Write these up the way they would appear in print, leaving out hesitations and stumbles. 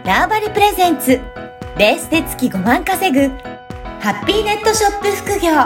ターバリプレゼンツベースで月5万稼ぐハッピーネットショップ副業。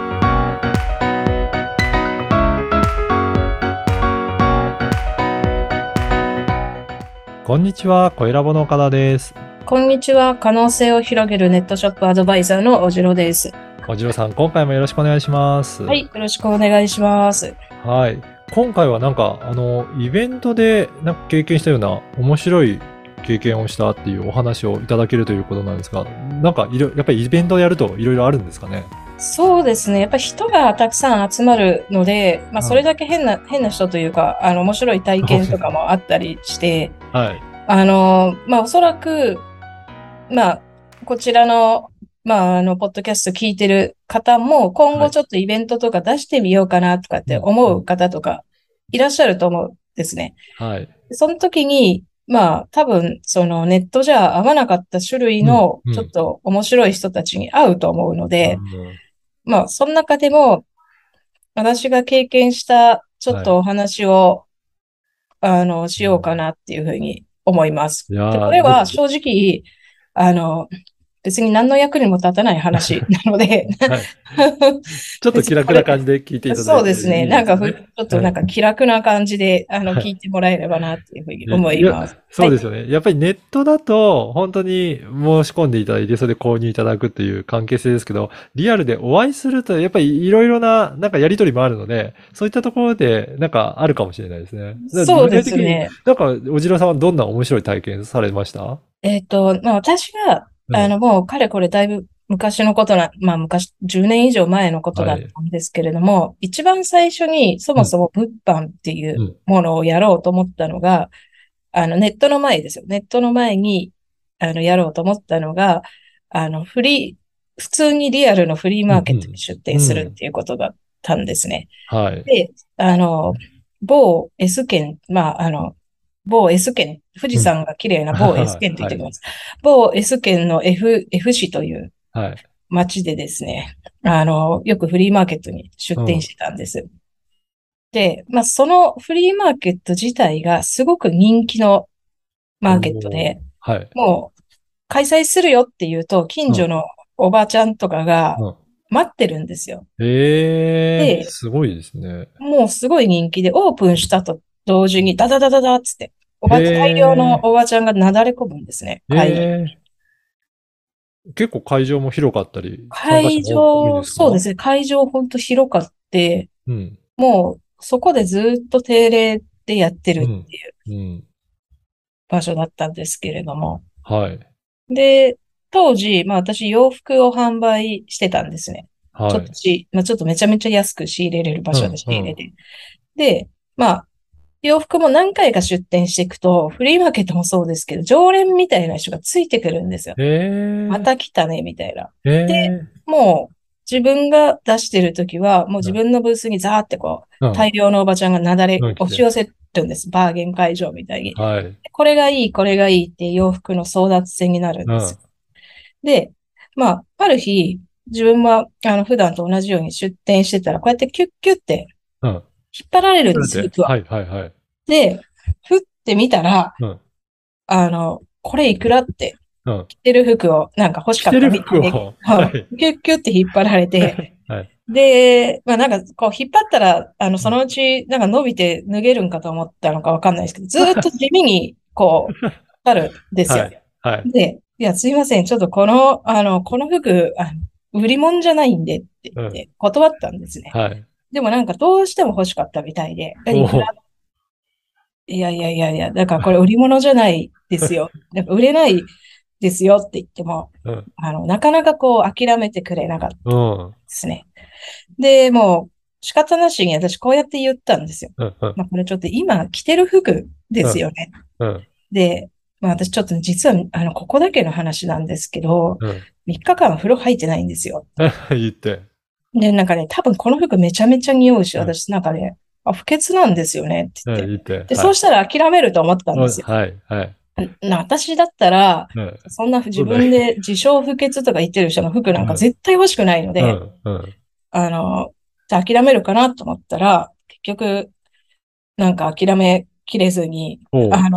こんにちは、小ラボの岡田です。 こんにちは。可能性を広げるネットショップアドバイザーのおじろです。 おじろさん、今回もよろしくお願いします。 はい、よろしくお願いします。 はい。今回はイベントで経験したような面白い経験をしたっていうお話をいただけるということなんですが、やっぱりイベントをやるといろいろあるんですかね。 そうですね。やっぱり人がたくさん集まるので、それだけ変な人というか、面白い体験とかもあったりして、 はい。 おそらく、こちらの、ポッドキャスト聞いてる方も、今後ちょっとイベントとか出してみようかなとかって思う方とかいらっしゃると思うんですね。 はい。 その時に、多分、そのネットじゃ合わなかった種類の、ちょっと面白い人たちに会うと思うので、その中でも、私が経験したちょっとお話を、しようかなっていうふうに思います。で、これは正直、別に何の役にも立たない話なので、 はい、ちょっと気楽な感じで聞いていただいて、 そうですね。ちょっと気楽な感じで、聞いてもらえればなっていうふうに思います。 そうですよね。やっぱりネットだと、本当に申し込んでいただいて、それで購入いただくっていう関係性ですけど、リアルでお会いすると、やっぱりいろいろな、やりとりもあるので、そういったところで、あるかもしれないですね。 そうですね。 おじろさんはどんな面白い体験されました？ 私が、もうかれこれだいぶ昔のこと昔、10年以上前のことだったんですけれども、一番最初にそもそも物販っていうものをやろうと思ったのが、ネットの前ですよ。ネットの前に、やろうと思ったのが、普通にリアルのフリーマーケットに出店するっていうことだったんですね。 はい。 で、某 S 県、某 S 県、富士山が綺麗な某 S 県と言ってきます。某 S 県の F 市という町でですね、よくフリーマーケットに出店してたんです。で、そのフリーマーケット自体がすごく人気のマーケットで、もう開催するよっていうと、近所のおばちゃんとかが待ってるんですよ。 すごいですね。 もうすごい人気で、オープンしたと同時にダダダダダっつって、大量のおばちゃんがなだれ込むんですね、会場に。 結構会場も広かったり、参加者も多いんですか？ そうですね、会場ほんと広かって、もうそこでずっと定例でやってるっていう場所だったんですけれども。 はい。 で、当時、私洋服を販売してたんですね。 はい。 ちょっとめちゃめちゃ安く仕入れれる場所で仕入れて。で、洋服も何回か出店していくと、フリーマーケットもそうですけど、常連みたいな人がついてくるんですよ。また来たね、みたいな。で、もう自分が出してるときは、もう自分のブースにザーって大量のおばちゃんがなだれ押し寄せるんです。バーゲン会場みたいに。これがいい、これがいいって洋服の争奪戦になるんです。で、ある日、自分は、普段と同じように出店してたら、こうやってキュッキュッって引っ張られるんです、服は。で、ふって見たら、これいくらって、着てる服を欲しかったみたいで、キュッキュッって引っ張られて、で、引っ張ったら、そのうち、伸びて脱げるんかと思ったのかわかんないですけど、ずっと地味に、あるんですよ。で、いや、すいません、ちょっとこの服、売り物じゃないんでって言って断ったんですね。でもどうしても欲しかったみたいで、いや、だからこれ売り物じゃないですよ。売れないですよって言っても、なかなか諦めてくれなかったですね。で、もう仕方なしに私こうやって言ったんですよ。これちょっと今着てる服ですよね。で、私ちょっと実はここだけの話なんですけど、3日間風呂入ってないんですよ。 言って。 で、多分この服めちゃめちゃ匂うし、私不潔なんですよねって言って。で、そうしたら諦めると思ったんですよ。私だったら、そんな自分で自称不潔とか言ってる人の服なんか絶対欲しくないので、じゃあ諦めるかなと思ったら、結局、諦めきれずに、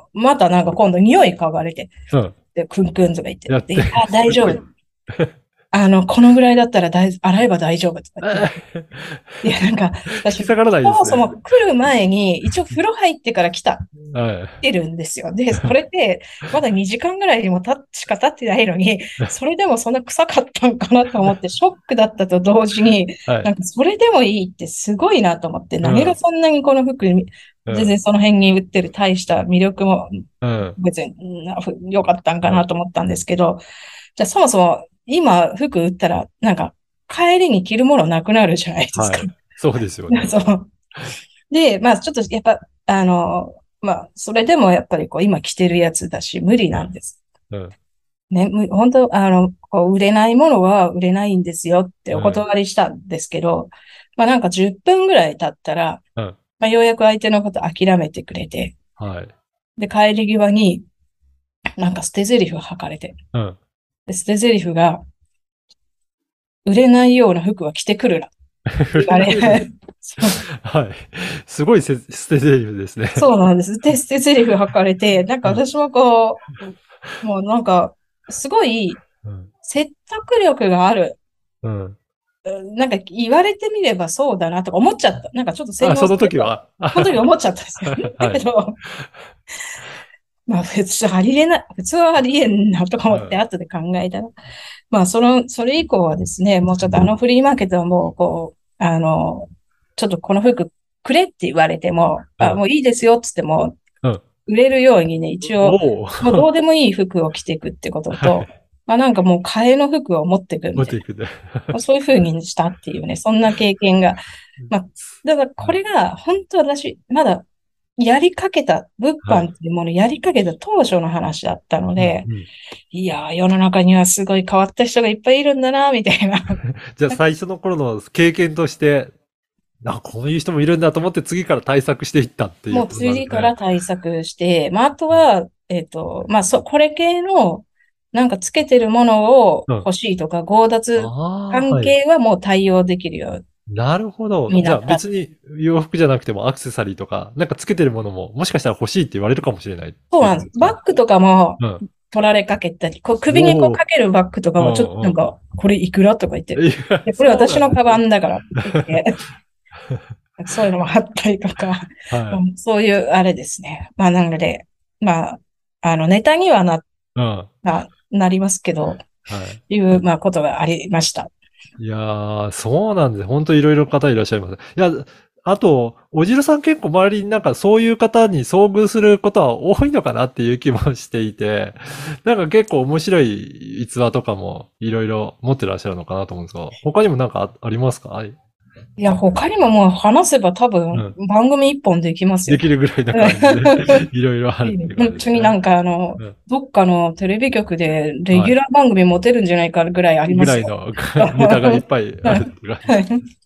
またなんか今度匂い嗅がれて、 うん。 で、クンクンとか言って、 やって。 で、大丈夫。このぐらいだったら洗えば大丈夫とか言って。いや、なんか、私、 引き下がらないそもですね。 そも来る前に、一応風呂入ってから来はい。 てるんですよ。で、それで、まだ2時間ぐらいにもしか経ってないのに、それでもそんな臭かったんかなと思って、ショックだったと同時に、 はい。 なんかそれでもいいってすごいなと思って、何がうん。 そんなにこの服に、 うん。 全然その辺に売ってる大した魅力もうん。 別に良かったんかうん。 なと思ったんですけど、じゃあそもそも今服売ったら、なんか帰りに着るものなくなるじゃないですか。 はい。そうですよね。 そう。で、まあちょっとやっぱ、まあそれでもやっぱりこう今着てるやつだし無理うん。 なんです。 うん。 ね、本当、こう売れないものは売れないんですよっておうん。 断りしたんですけど、まあなんか10分ぐらい経ったら、 うん。 まあようやく相手のこと諦めてくれて、 はい。 で、帰り際になんか捨て台詞を吐かれて、 うん。 で、捨て台詞が、売れないような服は着てくるなって売言われ、 れないよ。 そう、 はい。すごい捨て台詞ですね。 そうなんです。で、捨て台詞吐かれて、なんかうん。 私もこう、もうなんか、すごいうん。 説得力がある。 うん。 なんか言われてみればそうだなとか思っちゃった。なんかちょっと洗あ、そ脳された。 の時は。 その時思っちゃったんですよ。だはい。 けど、まあ普通はありえんなとか思ってうん。 後で考えたら。まあそれ以降はですね、もうちょっとフリーマーケットはもうこう、ちょっとこの服くれって言われても、もうん。 ういいですよって言っても、 うん。 売れるようにね、一応、 おお。 もうどうでもいい服を着ていくってことと、 はい。 まあなんかもう替えの服を持っていくみたい持っていくんで。 な。そういう風にしたっていうね、そんな経験が。まあ、だからこれが本当私、まだやりかけた、物はい。 販っていうものをやりかけた当初の話だったのうん。 で、 うん。 いやー、世の中にはすごい変わった人がいっぱいいるんだな、みたいな。 じゃあ最初の頃の経験として、こういう人もいるんだと思って次から対策していったっていうもうことなんで次かすね。 ら対策して、まあ、あとは、まあ、これ系の、なんかつけてるものをうん。 欲しいとか、強奪ああ、はい。 関係はもう対応できるよなるほど。じゃあうになった。 別に洋服じゃなくてもアクセサリーとか、なんかつけてるものももしかしたら欲しいって言われるかもしれないっていうそうなんです。 ことですか？ バッグとかもうん。 取られかけたり、こう首にこうおお。 かけるバッグとかうもちょっとんうん。 なんか、これいくらとか言って、 いや、 で、これそうな私のカバんですね。 ンだからって言って、そういうのもあったりとか、 はい。 そういうあれですね。まあなので、まあ、ネタにはうん。 なりますけど、 はい。 いう、まあことがありました。 いやー、そうなんです。本当いろいろ方いらっしゃいます。いや、あと、おじるさん結構周りになんかそういう方に遭遇することは多いのかなっていう気もしていて、なんか結構面白い逸話とかもいろいろ持ってらっしゃるのかなと思うんですが、他にもなんかありますか？はい。 いや、他にももう話せば多分うん。 番組一本できますよ。 できるぐらいな感じで、いろいろあるっていう感じですね。 本当になんかうん。 どっかのテレビ局でレはい。 ギュラー番組持てるんじゃないかぐらいありますよ。 ぐらいのネタがいっぱいあるっていう感じ。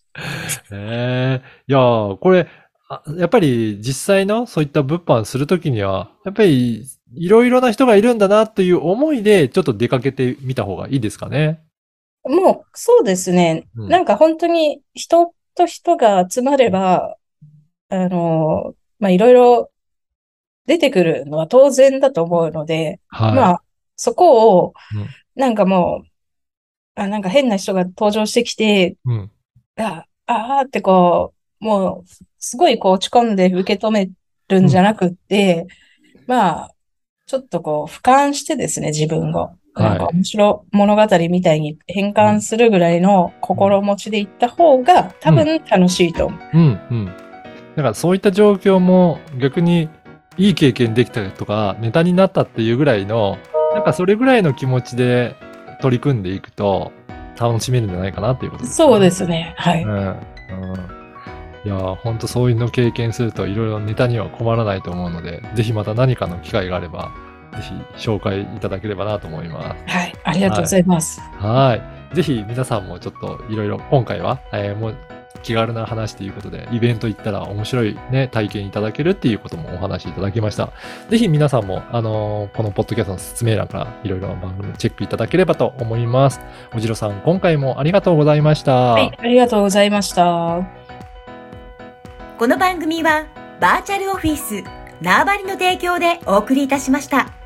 いやー、これ、やっぱり実際のそういった物販するときには、やっぱりいろいろな人がいるんだなという思いでちょっと出かけてみた方がいいですかね。 もう、そうですね。 うん。 なんか本当に人と人が集まれば、まあ、いろいろ出てくるのは当然だと思うので、 はい。 まあ、そこを、 うん。 なんかもう、なんか変な人が登場してきて、 うん。 ってこう、もう、すごいこう落ち込んで受け止めるんうん。 じゃなくって、まあ、ちょっとこう、俯瞰してですね、自分を。なんはい。 か面白物語みたいに変うん。 換するぐらいのうん。 心持ちで行った方が多うん。 分楽しいと思う。 うん。うん。だからそういった状況も逆にいい経験できたりとか、ネタになったっていうぐらいの、なんかそれぐらいの気持ちで取り組んでいくと楽しめるんじゃないかなっていうことですそうね。 ですね。はい。 うん。うん。いやー、ほんとそういうの経験するといろいろネタには困らないと思うので、ぜひまた何かの機会があれば、ぜひ紹介いただければなと思います。 はい。ありがとうごはい。 ざいます。 はい。ぜひ皆さんもちょっといろいろ今回は、もう気軽な話ということで、イベント行ったら面白いね、体験いただけるっていうこともお話しいただきました。ぜひ皆さんも、このポッドキャストの説明欄からいろいろな番組チェックいただければと思います。おじろさん、今回もありがとうございましはい。 た。 ありがとうございました。 この番組はバーチャルオフィス縄張りの提供でお送りいたしました。